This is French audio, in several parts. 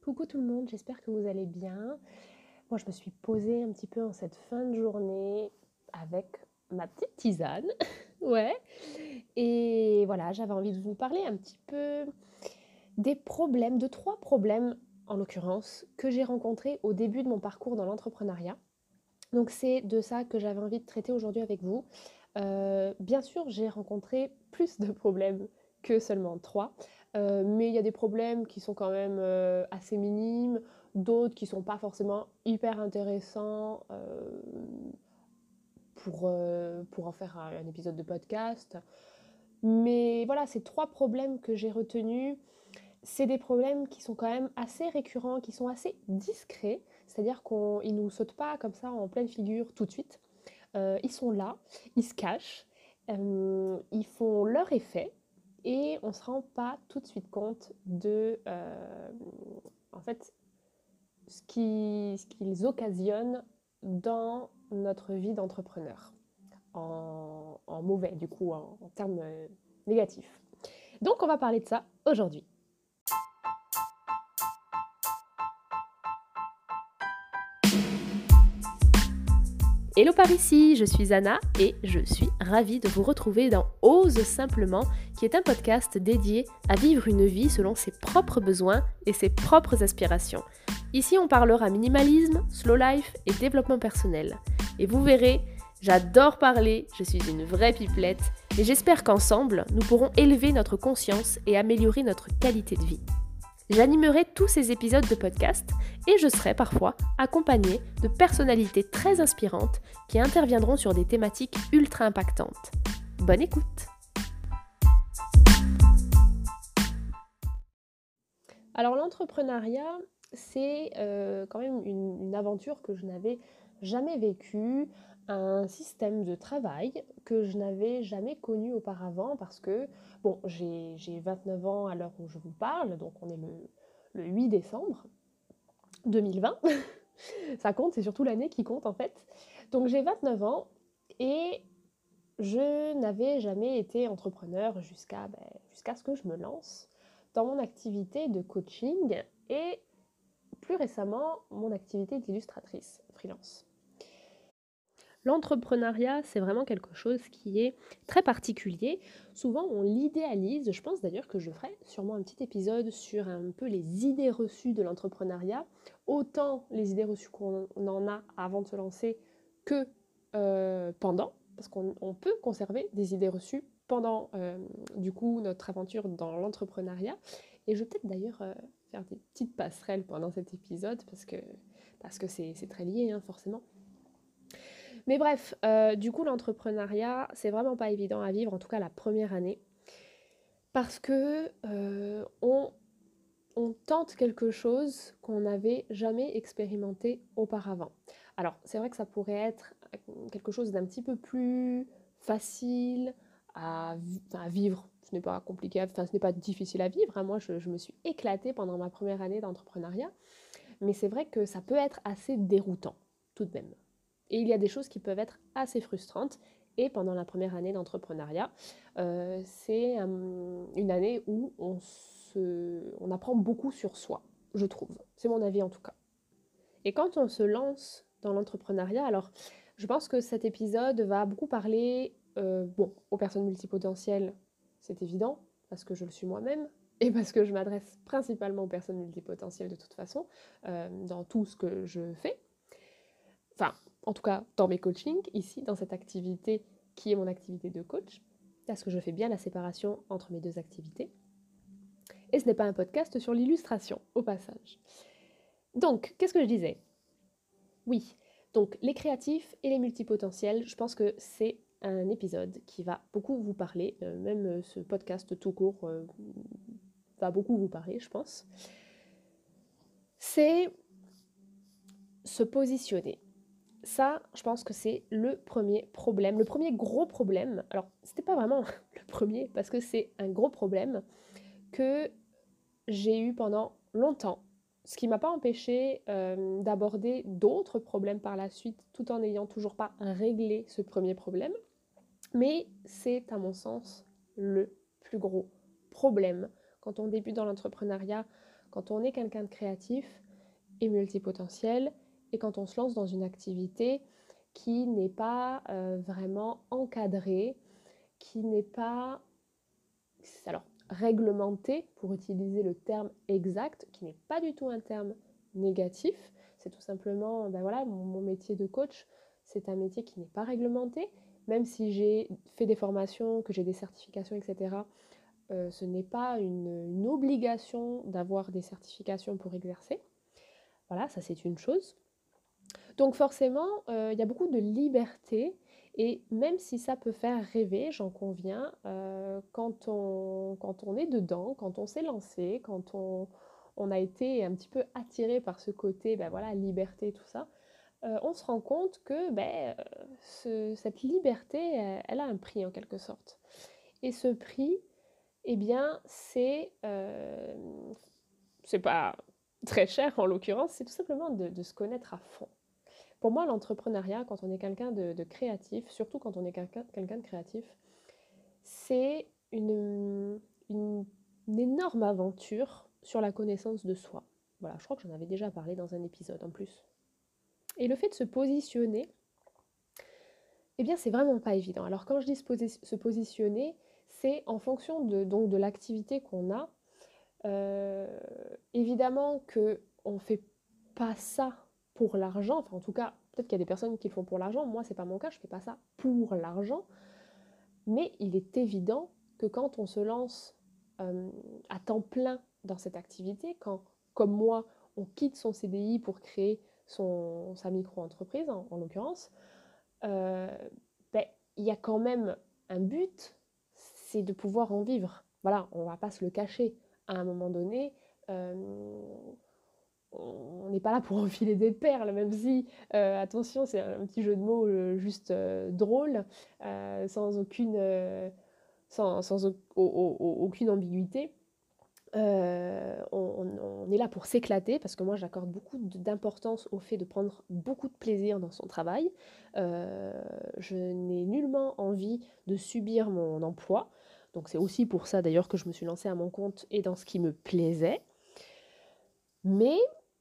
Coucou tout le monde, j'espère que vous allez bien. Moi, je me suis posée un petit peu en cette fin de journée avec ma petite tisane. Ouais. Et voilà, j'avais envie de vous parler un petit peu des problèmes, de 3 problèmes en l'occurrence, que j'ai rencontrés au début de mon parcours dans l'entrepreneuriat. Donc c'est de ça que j'avais envie de traiter aujourd'hui avec vous. Bien sûr, j'ai rencontré plus de problèmes que seulement 3, mais il y a des problèmes qui sont quand même assez minimes, d'autres qui sont pas forcément hyper intéressants pour en faire un épisode de podcast. Mais voilà, ces 3 problèmes que j'ai retenus, c'est des problèmes qui sont quand même assez récurrents, qui sont assez discrets, c'est-à-dire qu'ils ne nous sautent pas comme ça en pleine figure tout de suite. Ils sont là, ils se cachent, ils font leur effet et on ne se rend pas tout de suite compte de en fait, ce qu'ils occasionnent dans notre vie d'entrepreneur, en mauvais du coup, en termes négatifs. Donc on va parler de ça aujourd'hui. Hello par ici, je suis Anna et je suis ravie de vous retrouver dans Ose Simplement, qui est un podcast dédié à vivre une vie selon ses propres besoins et ses propres aspirations. Ici, on parlera minimalisme, slow life et développement personnel. Et vous verrez, j'adore parler, je suis une vraie pipelette et j'espère qu'ensemble, nous pourrons élever notre conscience et améliorer notre qualité de vie. J'animerai tous ces épisodes de podcast et je serai parfois accompagnée de personnalités très inspirantes qui interviendront sur des thématiques ultra impactantes. Bonne écoute! Alors l'entrepreneuriat, c'est quand même une aventure que je n'avais jamais vécue, un système de travail que je n'avais jamais connu auparavant parce que, bon, j'ai 29 ans à l'heure où je vous parle, donc on est le 8 décembre 2020. Ça compte, c'est surtout l'année qui compte en fait. Donc j'ai 29 ans et je n'avais jamais été entrepreneur jusqu'à ce que je me lance dans mon activité de coaching et plus récemment mon activité d'illustratrice freelance. L'entrepreneuriat, c'est vraiment quelque chose qui est très particulier. Souvent, on l'idéalise. Je pense d'ailleurs que je ferai sûrement un petit épisode sur un peu les idées reçues de l'entrepreneuriat. Autant les idées reçues qu'on en a avant de se lancer que pendant, parce qu'on peut conserver des idées reçues pendant du coup notre aventure dans l'entrepreneuriat. Et je vais peut-être d'ailleurs faire des petites passerelles pendant cet épisode parce que c'est très lié forcément. Mais bref, du coup, l'entrepreneuriat, c'est vraiment pas évident à vivre, en tout cas la première année, parce que on tente quelque chose qu'on n'avait jamais expérimenté auparavant. Alors, c'est vrai que ça pourrait être quelque chose d'un petit peu plus facile à vivre. Ce n'est pas compliqué, ce n'est pas difficile à vivre. Moi, je me suis éclatée pendant ma première année d'entrepreneuriat, mais c'est vrai que ça peut être assez déroutant, tout de même. Et il y a des choses qui peuvent être assez frustrantes. Et pendant la première année d'entrepreneuriat, c'est une année où on apprend beaucoup sur soi, je trouve. C'est mon avis en tout cas. Et quand on se lance dans l'entrepreneuriat, alors je pense que cet épisode va beaucoup parler aux personnes multipotentielles, c'est évident, parce que je le suis moi-même, et parce que je m'adresse principalement aux personnes multipotentielles de toute façon, dans tout ce que je fais. Enfin, en tout cas, dans mes coachings, ici, dans cette activité qui est mon activité de coach, parce que je fais bien la séparation entre mes deux activités. Et ce n'est pas un podcast sur l'illustration, au passage. Donc, qu'est-ce que je disais ? Oui, donc les créatifs et les multipotentiels, je pense que c'est un épisode qui va beaucoup vous parler, même ce podcast tout court va beaucoup vous parler, je pense. C'est se positionner. Ça, je pense que c'est le premier problème, le premier gros problème. Alors, c'était pas vraiment le premier, parce que c'est un gros problème que j'ai eu pendant longtemps. Ce qui m'a pas empêché d'aborder d'autres problèmes par la suite, tout en n'ayant toujours pas réglé ce premier problème. Mais c'est, à mon sens, le plus gros problème quand on débute dans l'entrepreneuriat, quand on est quelqu'un de créatif et multipotentiel, et quand on se lance dans une activité qui n'est pas vraiment encadrée, qui n'est pas alors réglementée, pour utiliser le terme exact, qui n'est pas du tout un terme négatif. C'est tout simplement, voilà, mon métier de coach, c'est un métier qui n'est pas réglementé, même si j'ai fait des formations, que j'ai des certifications, etc. Ce n'est pas une obligation d'avoir des certifications pour exercer. Voilà, ça c'est une chose. Donc forcément, il y a beaucoup de liberté, et même si ça peut faire rêver, j'en conviens, quand on est dedans, quand on s'est lancé, quand on a été un petit peu attiré par ce côté, voilà, liberté, tout ça, on se rend compte que cette liberté, elle a un prix en quelque sorte. Et ce prix, eh bien, c'est pas très cher en l'occurrence, c'est tout simplement de se connaître à fond. Pour moi, l'entrepreneuriat, quand on est quelqu'un de créatif, surtout quand on est quelqu'un de créatif, c'est une énorme aventure sur la connaissance de soi. Voilà, je crois que j'en avais déjà parlé dans un épisode en plus. Et le fait de se positionner, eh bien, c'est vraiment pas évident. Alors, quand je dis se positionner, c'est en fonction donc de l'activité qu'on a. Évidemment qu'on ne fait pas ça pour l'argent, enfin en tout cas, peut-être qu'il y a des personnes qui le font pour l'argent, moi c'est pas mon cas, je fais pas ça pour l'argent, mais il est évident que quand on se lance à temps plein dans cette activité, quand, comme moi, on quitte son CDI pour créer sa micro-entreprise, en l'occurrence, euh, il y a quand même un but, c'est de pouvoir en vivre. Voilà, on va pas se le cacher. À un moment donné, on n'est pas là pour enfiler des perles, même si, attention, c'est un petit jeu de mots juste drôle, sans aucune ambiguïté. On est là pour s'éclater, parce que moi j'accorde beaucoup d'importance au fait de prendre beaucoup de plaisir dans son travail. Je n'ai nullement envie de subir mon emploi, donc c'est aussi pour ça d'ailleurs que je me suis lancée à mon compte et dans ce qui me plaisait. Mais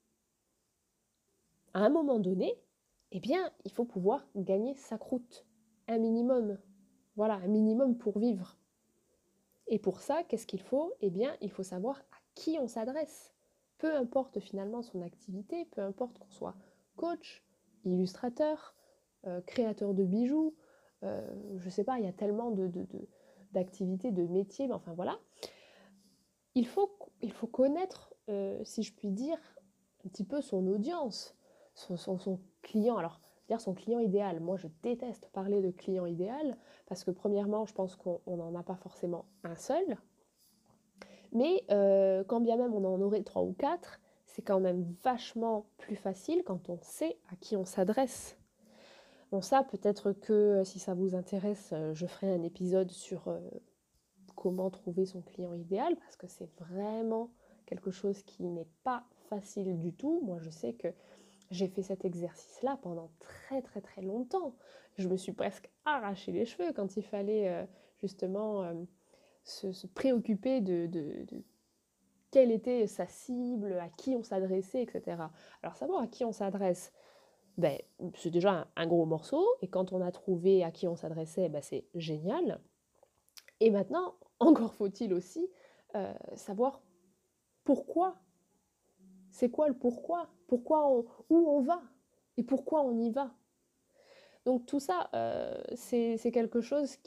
à un moment donné, eh bien, il faut pouvoir gagner sa croûte, un minimum. Voilà, un minimum pour vivre. Et pour ça, qu'est-ce qu'il faut? Eh bien, il faut savoir à qui on s'adresse. Peu importe finalement son activité, peu importe qu'on soit coach, illustrateur, créateur de bijoux, je sais pas, il y a tellement d'activités, de métiers, mais enfin voilà. Il faut connaître, si je puis dire, un petit peu son audience, son client. Alors, dire son client idéal. Moi, je déteste parler de client idéal parce que, premièrement, je pense qu'on n'en a pas forcément un seul. Mais quand bien même on en aurait 3 ou 4, c'est quand même vachement plus facile quand on sait à qui on s'adresse. Bon, ça, peut-être que si ça vous intéresse, je ferai un épisode sur comment trouver son client idéal, parce que c'est vraiment quelque chose qui n'est pas facile du tout. Moi, je sais que j'ai fait cet exercice-là pendant très très très longtemps. Je me suis presque arraché les cheveux quand il fallait justement se préoccuper de quelle était sa cible, à qui on s'adressait, etc. Alors savoir à qui on s'adresse, c'est déjà un gros morceau, et quand on a trouvé à qui on s'adressait, c'est génial. Et maintenant, encore faut-il aussi savoir pourquoi. C'est quoi le pourquoi? Où on va? Et pourquoi on y va? Donc tout ça, c'est quelque chose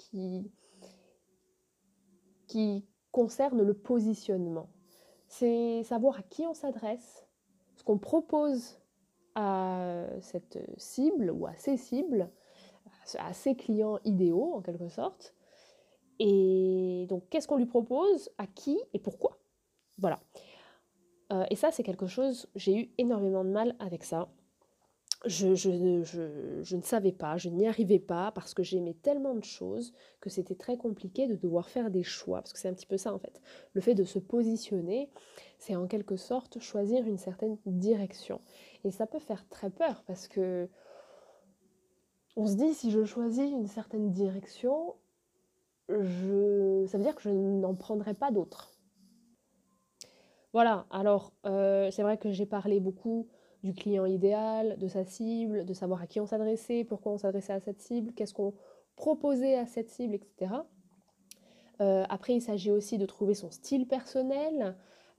qui concerne le positionnement. C'est savoir à qui on s'adresse, ce qu'on propose à cette cible ou à ces cibles, à ses clients idéaux en quelque sorte. Et donc qu'est-ce qu'on lui propose, à qui et pourquoi? Voilà. Et ça, c'est quelque chose, j'ai eu énormément de mal avec ça. Je ne savais pas, je n'y arrivais pas parce que j'aimais tellement de choses que c'était très compliqué de devoir faire des choix, parce que c'est un petit peu ça en fait. Le fait de se positionner, c'est en quelque sorte choisir une certaine direction. Et ça peut faire très peur parce que on se dit, si je choisis une certaine direction, ça veut dire que je n'en prendrai pas d'autres. Voilà, alors, c'est vrai que j'ai parlé beaucoup du client idéal, de sa cible, de savoir à qui on s'adressait, pourquoi on s'adressait à cette cible, qu'est-ce qu'on proposait à cette cible, et cetera. Après, il s'agit aussi de trouver son style personnel,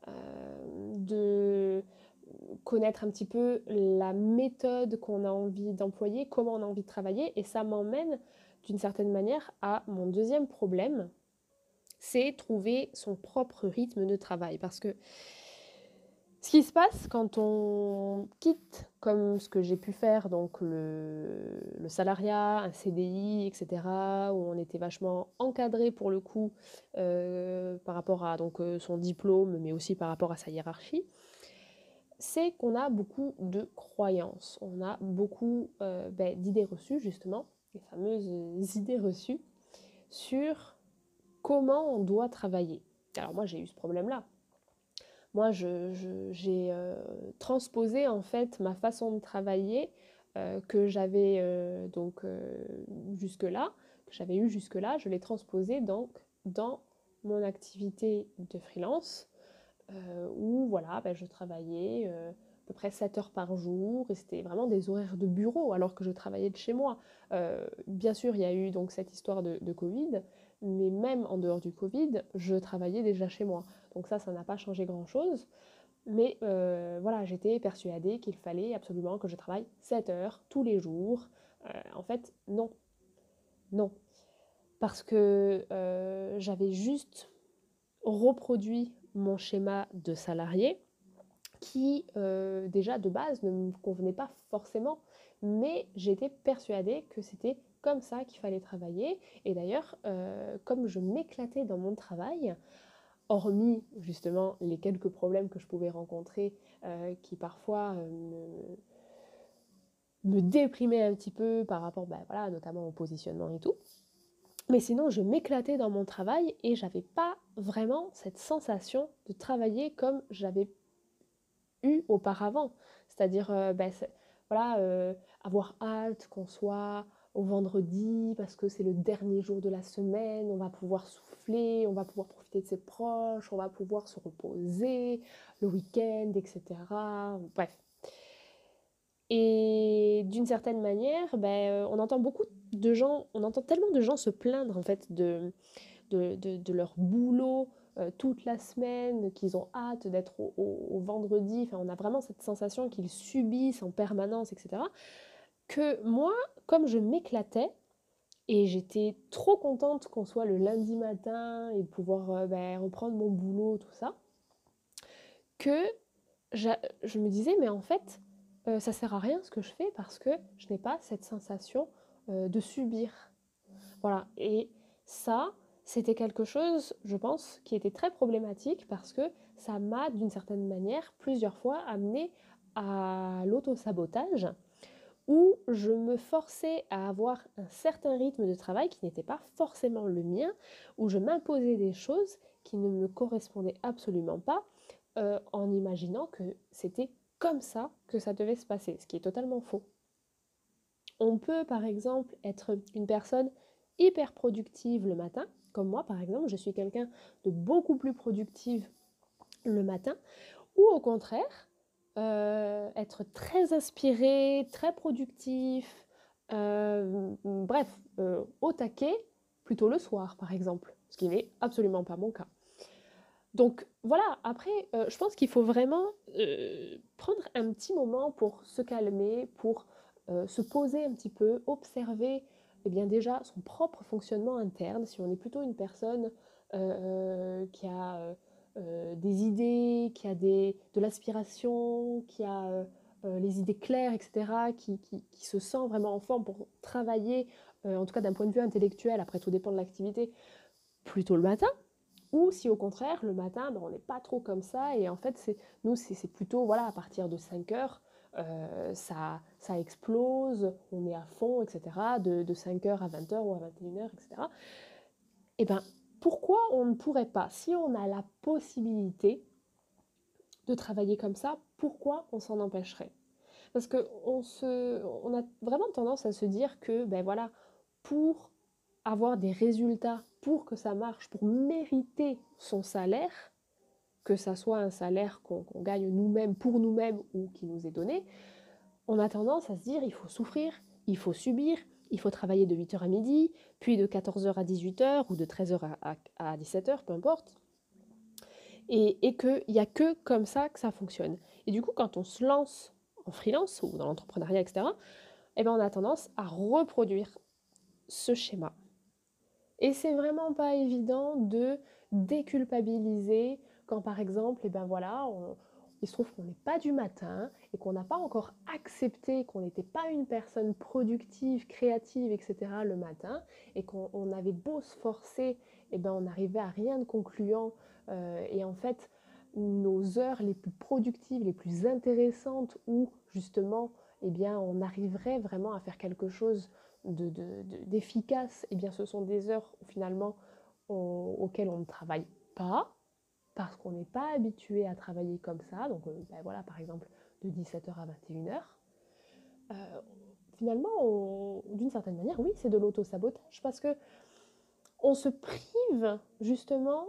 de connaître un petit peu la méthode qu'on a envie d'employer, comment on a envie de travailler, et ça m'emmène d'une certaine manière à mon deuxième problème, c'est trouver son propre rythme de travail. Parce que ce qui se passe quand on quitte, comme ce que j'ai pu faire, donc le salariat, un CDI, etc., où on était vachement encadré pour le coup par rapport à donc, son diplôme, mais aussi par rapport à sa hiérarchie, c'est qu'on a beaucoup de croyances, on a beaucoup d'idées reçues, justement, les fameuses idées reçues, sur comment on doit travailler. Alors moi, j'ai eu ce problème-là. Moi, j'ai transposé en fait ma façon de travailler que j'avais jusque-là, que j'avais eu jusque-là, je l'ai transposé donc dans mon activité de freelance où voilà, ben, je travaillais à peu près 7 heures par jour et c'était vraiment des horaires de bureau alors que je travaillais de chez moi. Bien sûr, il y a eu donc cette histoire de Covid, mais même en dehors du Covid, je travaillais déjà chez moi. Donc ça n'a pas changé grand-chose. Mais voilà, j'étais persuadée qu'il fallait absolument que je travaille 7 heures tous les jours. En fait, non, non. Parce que j'avais juste reproduit mon schéma de salarié qui, déjà de base, ne me convenait pas forcément. Mais j'étais persuadée que c'était comme ça qu'il fallait travailler. Et d'ailleurs, comme je m'éclatais dans mon travail, hormis justement les quelques problèmes que je pouvais rencontrer qui parfois me déprimaient un petit peu par rapport ben, voilà, notamment au positionnement et tout. Mais sinon, je m'éclatais dans mon travail et j'avais pas vraiment cette sensation de travailler comme j'avais eu auparavant. C'est-à-dire, voilà, avoir hâte qu'on soit au vendredi parce que c'est le dernier jour de la semaine, on va pouvoir souffler, on va pouvoir profiter de ses proches, on va pouvoir se reposer le week-end, etc. Bref. Et d'une certaine manière, on entend beaucoup de gens, on entend tellement de gens se plaindre en fait de leur boulot toute la semaine, qu'ils ont hâte d'être au vendredi, enfin, on a vraiment cette sensation qu'ils subissent en permanence, etc. Que moi, comme je m'éclatais, et j'étais trop contente qu'on soit le lundi matin et de pouvoir reprendre mon boulot, tout ça, que je me disais, mais en fait, ça sert à rien ce que je fais parce que je n'ai pas cette sensation de subir. Voilà, et ça, c'était quelque chose, je pense, qui était très problématique parce que ça m'a, d'une certaine manière, plusieurs fois amené à l'auto-sabotage où je me forçais à avoir un certain rythme de travail qui n'était pas forcément le mien, où je m'imposais des choses qui ne me correspondaient absolument pas, en imaginant que c'était comme ça que ça devait se passer, ce qui est totalement faux. On peut par exemple être une personne hyper productive le matin, comme moi par exemple, je suis quelqu'un de beaucoup plus productive le matin, ou au contraire, être très inspiré, très productif, au taquet, plutôt le soir par exemple, ce qui n'est absolument pas mon cas. Donc voilà, après, je pense qu'il faut vraiment prendre un petit moment pour se calmer, pour se poser un petit peu, observer eh bien déjà son propre fonctionnement interne, si on est plutôt une personne qui a des idées, qui a de l'aspiration, qui a les idées claires, etc., qui se sent vraiment en forme pour travailler, en tout cas d'un point de vue intellectuel, après tout dépend de l'activité, plutôt le matin, ou si au contraire, le matin, on n'est pas trop comme ça, et en fait, c'est plutôt, voilà, à partir de 5 heures, ça explose, on est à fond, etc., de 5 heures à 20 heures ou à 21 heures, etc. Et bien, pourquoi on ne pourrait pas, si on a la possibilité de travailler comme ça, pourquoi on s'en empêcherait? Parce on a vraiment tendance à se dire que, ben voilà, pour avoir des résultats, pour que ça marche, pour mériter son salaire, que ça soit un salaire qu'on gagne nous-mêmes, pour nous-mêmes, ou qui nous est donné, on a tendance à se dire il faut souffrir, il faut subir, il faut travailler de 8h à midi, puis de 14h à 18h, ou de 13h à 17h, peu importe, et qu'il n'y a que comme ça que ça fonctionne. Et du coup, quand on se lance en freelance ou dans l'entrepreneuriat, etc., eh ben on a tendance à reproduire ce schéma. Et c'est vraiment pas évident de déculpabiliser quand, par exemple, eh ben voilà, il se trouve qu'on n'est pas du matin et qu'on n'a pas encore accepté qu'on n'était pas une personne productive, créative, etc. le matin, et qu'on avait beau se forcer, eh ben on n'arrivait à rien de concluant. Et en fait, nos heures les plus productives, les plus intéressantes, où justement, eh bien, on arriverait vraiment à faire quelque chose d'efficace, eh bien, ce sont des heures où, finalement auxquelles on ne travaille pas, parce qu'on n'est pas habitué à travailler comme ça. Donc ben voilà, par exemple, de 17h à 21h. Finalement, d'une certaine manière, oui, c'est de l'auto-sabotage, parce que on se prive justement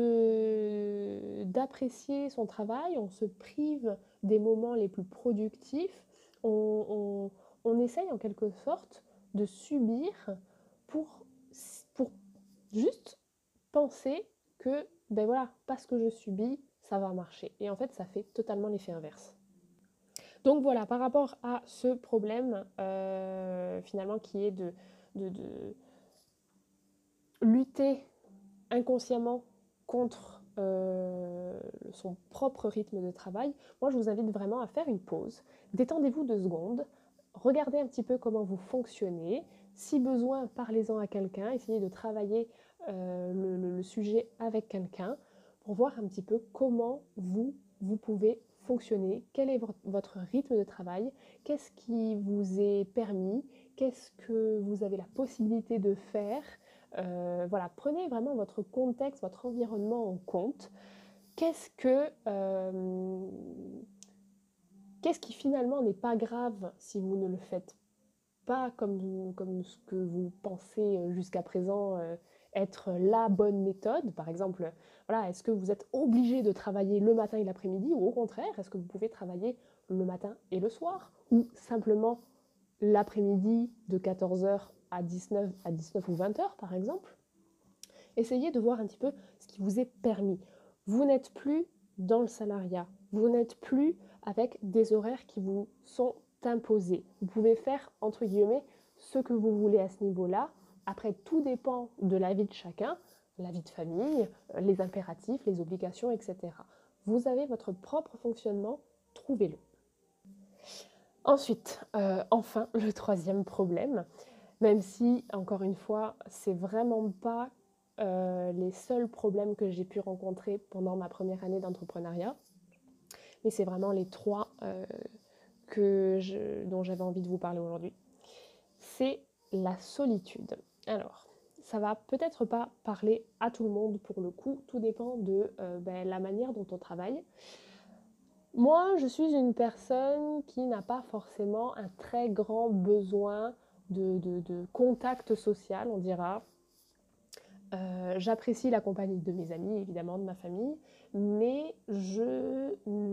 d'apprécier son travail, on se prive des moments les plus productifs, on essaye en quelque sorte de subir pour, pour juste penser que, ben voilà, parce que je subis, ça va marcher. Et en fait, ça fait totalement l'effet inverse. Donc voilà, par rapport à ce problème, finalement, qui est de lutter inconsciemment contre son propre rythme de travail, moi je vous invite vraiment à faire une pause, détendez-vous 2 secondes, regardez un petit peu comment vous fonctionnez, si besoin, parlez-en à quelqu'un, essayez de travailler le sujet avec quelqu'un pour voir un petit peu comment vous pouvez fonctionner, quel est votre rythme de travail, qu'est-ce qui vous est permis, qu'est-ce que vous avez la possibilité de faire. Voilà, prenez vraiment votre contexte, votre environnement en compte. Qu'est-ce qui finalement n'est pas grave si vous ne le faites pas comme ce que vous pensez jusqu'à présent être la bonne méthode. Par exemple, voilà, est-ce que vous êtes obligé de travailler le matin et l'après-midi, ou au contraire, est-ce que vous pouvez travailler le matin et le soir, ou simplement l'après-midi de 14h à 19 ou 20h par exemple. Essayez de voir un petit peu ce qui vous est permis. Vous n'êtes plus dans le salariat, vous n'êtes plus avec des horaires qui vous sont imposés. Vous pouvez faire, entre guillemets, ce que vous voulez à ce niveau-là. Après, tout dépend de la vie de chacun, la vie de famille, les impératifs, les obligations, etc. Vous avez votre propre fonctionnement, trouvez-le. Ensuite, enfin, le troisième problème, même si, encore une fois, c'est vraiment pas les seuls problèmes que j'ai pu rencontrer pendant ma première année d'entrepreneuriat, mais c'est vraiment les 3 dont j'avais envie de vous parler aujourd'hui. C'est la solitude. Alors, ça va peut-être pas parler à tout le monde pour le coup, tout dépend de la manière dont on travaille. Moi, je suis une personne qui n'a pas forcément un très grand besoin de contact social, on dira. J'apprécie la compagnie de mes amis, évidemment, de ma famille, mais je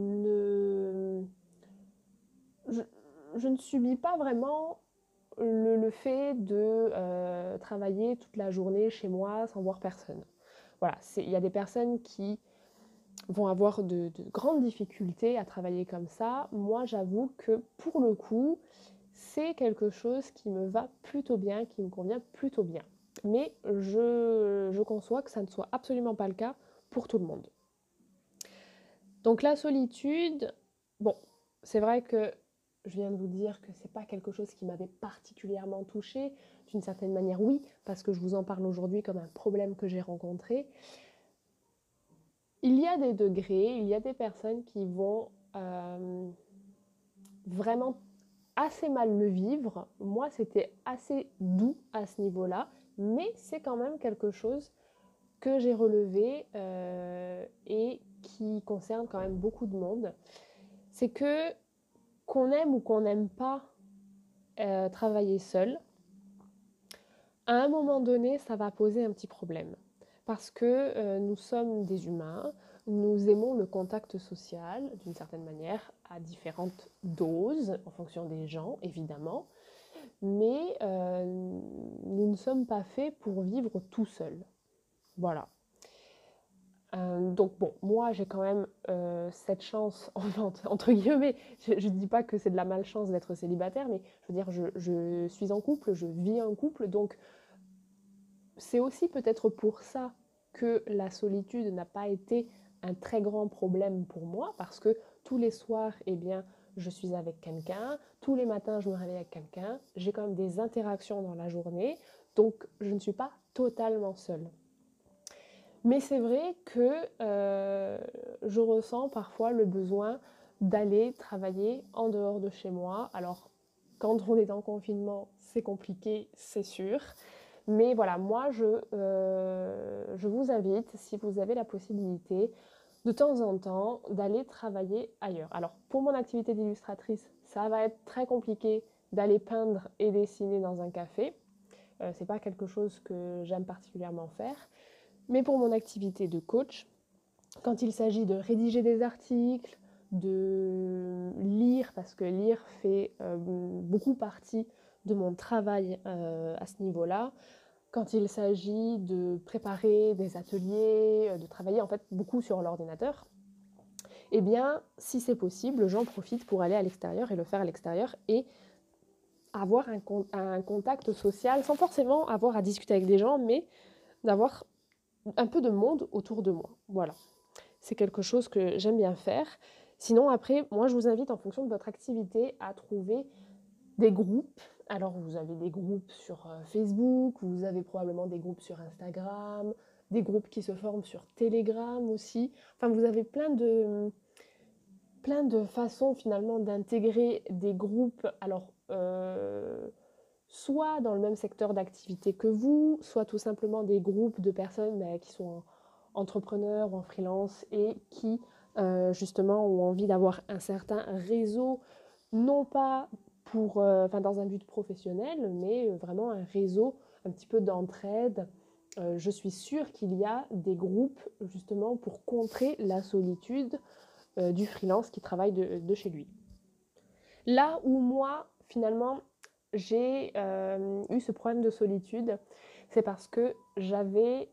ne subis pas vraiment le fait de travailler toute la journée chez moi sans voir personne. Voilà, il y a des personnes qui vont avoir de grandes difficultés à travailler comme ça. Moi, j'avoue que pour le coup, c'est quelque chose qui me va plutôt bien, qui me convient plutôt bien. Mais je conçois que ça ne soit absolument pas le cas pour tout le monde. Donc la solitude, bon, c'est vrai que je viens de vous dire que c'est pas quelque chose qui m'avait particulièrement touchée. D'une certaine manière, oui, parce que je vous en parle aujourd'hui comme un problème que j'ai rencontré. Il y a des degrés, il y a des personnes qui vont vraiment assez mal le vivre. Moi, c'était assez doux à ce niveau-là, mais c'est quand même quelque chose que j'ai relevé et qui concerne quand même beaucoup de monde. C'est que qu'on aime ou qu'on n'aime pas travailler seul, à un moment donné, ça va poser un petit problème. Parce que nous sommes des humains, nous aimons le contact social d'une certaine manière, à différentes doses, en fonction des gens, évidemment, mais nous ne sommes pas faits pour vivre tout seuls. Voilà. Donc bon, moi j'ai quand même cette chance, entre guillemets, je ne dis pas que c'est de la malchance d'être célibataire, mais je veux dire, je suis en couple, je vis en couple, donc c'est aussi peut-être pour ça que la solitude n'a pas été un très grand problème pour moi, parce que tous les soirs, eh bien, je suis avec quelqu'un, tous les matins je me réveille avec quelqu'un, j'ai quand même des interactions dans la journée, donc je ne suis pas totalement seule. Mais c'est vrai que je ressens parfois le besoin d'aller travailler en dehors de chez moi. Alors, quand on est en confinement, c'est compliqué, c'est sûr. Mais voilà, moi, je vous invite, si vous avez la possibilité, de temps en temps, d'aller travailler ailleurs. Alors, pour mon activité d'illustratrice, ça va être très compliqué d'aller peindre et dessiner dans un café. C'est pas quelque chose que j'aime particulièrement faire. Mais pour mon activité de coach, quand il s'agit de rédiger des articles, de lire, parce que lire fait beaucoup partie de mon travail à ce niveau-là, quand il s'agit de préparer des ateliers, de travailler en fait beaucoup sur l'ordinateur, eh bien, si c'est possible, j'en profite pour aller à l'extérieur et le faire à l'extérieur et avoir un contact social, sans forcément avoir à discuter avec des gens, mais d'avoir un peu de monde autour de moi. Voilà. C'est quelque chose que j'aime bien faire. Sinon, après, moi, je vous invite, en fonction de votre activité, à trouver des groupes. Alors, vous avez des groupes sur Facebook, vous avez probablement des groupes sur Instagram, des groupes qui se forment sur Telegram aussi. Enfin, vous avez plein de façons, finalement, d'intégrer des groupes. Alors, soit dans le même secteur d'activité que vous, soit tout simplement des groupes de personnes qui sont entrepreneurs ou en freelance et qui justement ont envie d'avoir un certain réseau, non pas pour, dans un but professionnel, mais vraiment un réseau un petit peu d'entraide. Je suis sûre qu'il y a des groupes justement pour contrer la solitude du freelance qui travaille de chez lui. Là où moi, finalement, j'ai eu ce problème de solitude, c'est parce que j'avais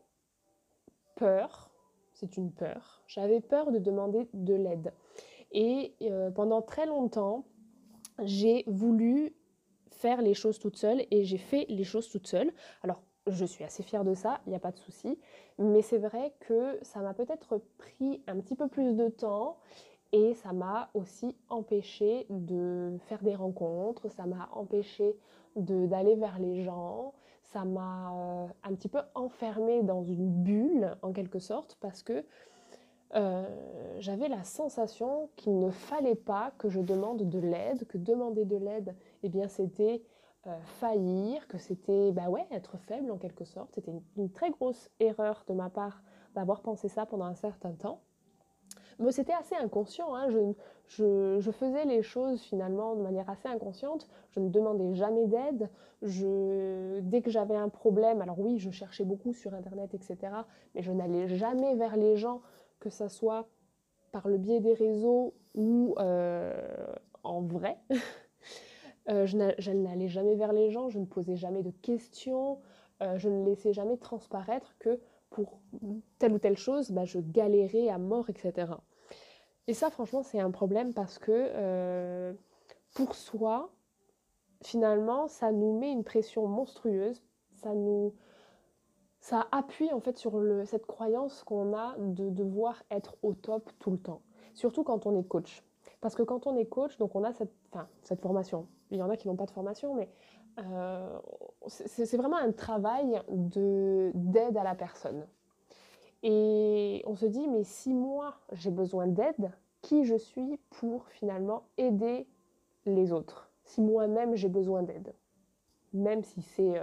peur, c'est une peur, j'avais peur de demander de l'aide. Et pendant très longtemps, j'ai voulu faire les choses toute seule et j'ai fait les choses toute seule. Alors, je suis assez fière de ça, il n'y a pas de souci, mais c'est vrai que ça m'a peut-être pris un petit peu plus de temps et ça m'a aussi empêché de faire des rencontres, ça m'a empêché d'aller vers les gens, ça m'a un petit peu enfermée dans une bulle en quelque sorte parce que j'avais la sensation qu'il ne fallait pas que je demande de l'aide, que demander de l'aide, eh bien c'était faillir, que c'était être faible en quelque sorte. C'était une très grosse erreur de ma part d'avoir pensé ça pendant un certain temps. Mais c'était assez inconscient, hein. Je faisais les choses finalement de manière assez inconsciente, je ne demandais jamais d'aide, dès que j'avais un problème, alors oui, je cherchais beaucoup sur internet, etc., mais je n'allais jamais vers les gens, que ça soit par le biais des réseaux ou en vrai. Je n'allais jamais vers les gens, je ne posais jamais de questions, je ne laissais jamais transparaître que pour telle ou telle chose, je galérais à mort, etc. Et ça, franchement, c'est un problème parce que pour soi, finalement, ça nous met une pression monstrueuse, ça appuie en fait sur cette croyance qu'on a de devoir être au top tout le temps, surtout quand on est coach. Parce que quand on est coach, donc on a cette formation. Il y en a qui n'ont pas de formation, mais c'est vraiment un travail d'aide à la personne. Et on se dit, mais si moi j'ai besoin d'aide, qui je suis pour finalement aider les autres? Si moi-même j'ai besoin d'aide, même si c'est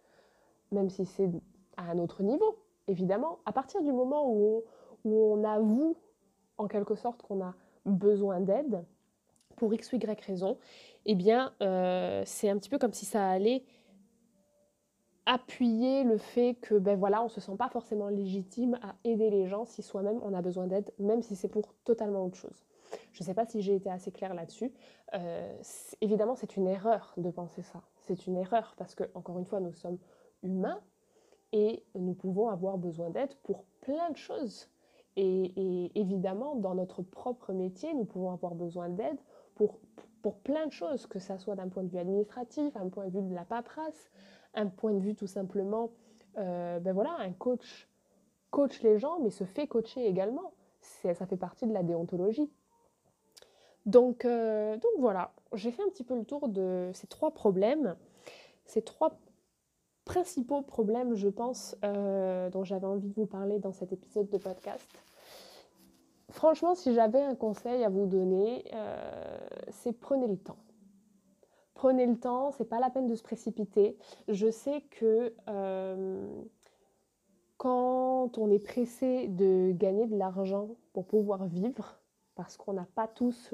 à un autre niveau, évidemment, à partir du moment où on avoue en quelque sorte qu'on a besoin d'aide, pour X ou Y raison, eh bien, c'est un petit peu comme si ça allait appuyer le fait que ben voilà, on ne se sent pas forcément légitime à aider les gens si soi-même on a besoin d'aide, même si c'est pour totalement autre chose. Je ne sais pas si j'ai été assez claire là-dessus. Évidemment, c'est une erreur de penser ça. C'est une erreur parce que, encore une fois, nous sommes humains et nous pouvons avoir besoin d'aide pour plein de choses. Et évidemment, dans notre propre métier, nous pouvons avoir besoin d'aide pour plein de choses, que ça soit d'un point de vue administratif, un point de vue de la paperasse, un point de vue tout simplement, ben voilà, un coach coach les gens, mais se fait coacher également. Ça fait partie de la déontologie. Donc voilà, j'ai fait un petit peu le tour de ces trois problèmes, ces trois principaux problèmes, je pense, dont j'avais envie de vous parler dans cet épisode de podcast. Franchement, si j'avais un conseil à vous donner, c'est prenez le temps. Prenez le temps, c'est pas la peine de se précipiter. Je sais que quand on est pressé de gagner de l'argent pour pouvoir vivre, parce qu'on n'a pas tous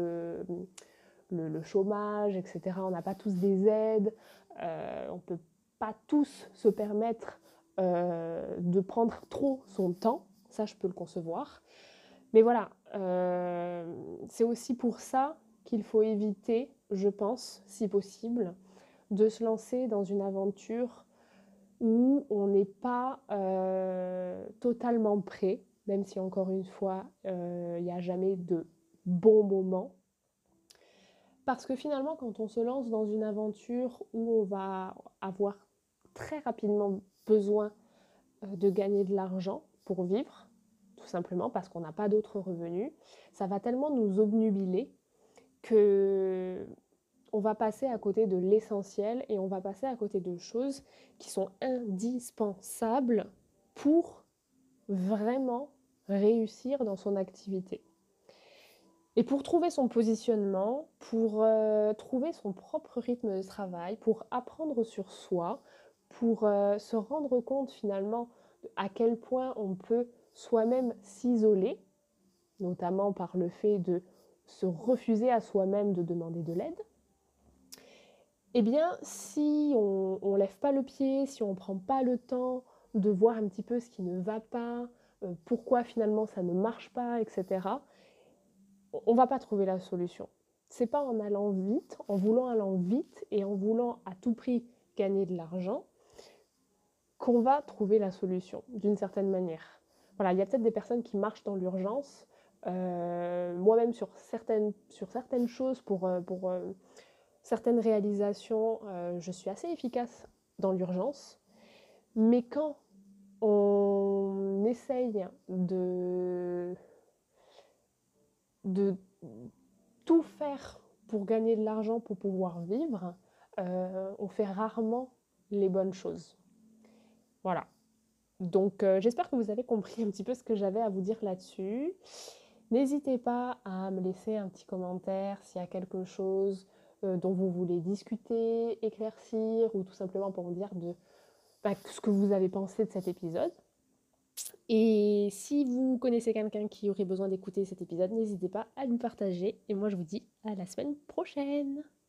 le chômage, etc., on n'a pas tous des aides, on ne peut pas tous se permettre de prendre trop son temps, ça je peux le concevoir. Mais voilà, c'est aussi pour ça qu'il faut éviter, je pense, si possible, de se lancer dans une aventure où on n'est pas totalement prêt, même si encore une fois, il n'y a jamais de bon moment. Parce que finalement, quand on se lance dans une aventure où on va avoir très rapidement besoin de gagner de l'argent pour vivre, tout simplement parce qu'on n'a pas d'autres revenus, ça va tellement nous obnubiler que on va passer à côté de l'essentiel et on va passer à côté de choses qui sont indispensables pour vraiment réussir dans son activité. Et pour trouver son positionnement, pour trouver son propre rythme de travail, pour apprendre sur soi, pour se rendre compte finalement à quel point on peut soi-même s'isoler, notamment par le fait de se refuser à soi-même de demander de l'aide, eh bien, si on ne lève pas le pied, si on ne prend pas le temps de voir un petit peu ce qui ne va pas, pourquoi finalement ça ne marche pas, etc., on ne va pas trouver la solution. C'est pas en allant vite, en voulant aller vite et en voulant à tout prix gagner de l'argent qu'on va trouver la solution, d'une certaine manière. Voilà, il y a peut-être des personnes qui marchent dans l'urgence. Moi-même, sur certaines choses, pour certaines réalisations, je suis assez efficace dans l'urgence. Mais quand on essaye de tout faire pour gagner de l'argent pour pouvoir vivre, on fait rarement les bonnes choses. Voilà. Donc j'espère que vous avez compris un petit peu ce que j'avais à vous dire là-dessus. N'hésitez pas à me laisser un petit commentaire s'il y a quelque chose dont vous voulez discuter, éclaircir, ou tout simplement pour me dire ce que vous avez pensé de cet épisode. Et si vous connaissez quelqu'un qui aurait besoin d'écouter cet épisode, n'hésitez pas à lui partager. Et moi, je vous dis à la semaine prochaine.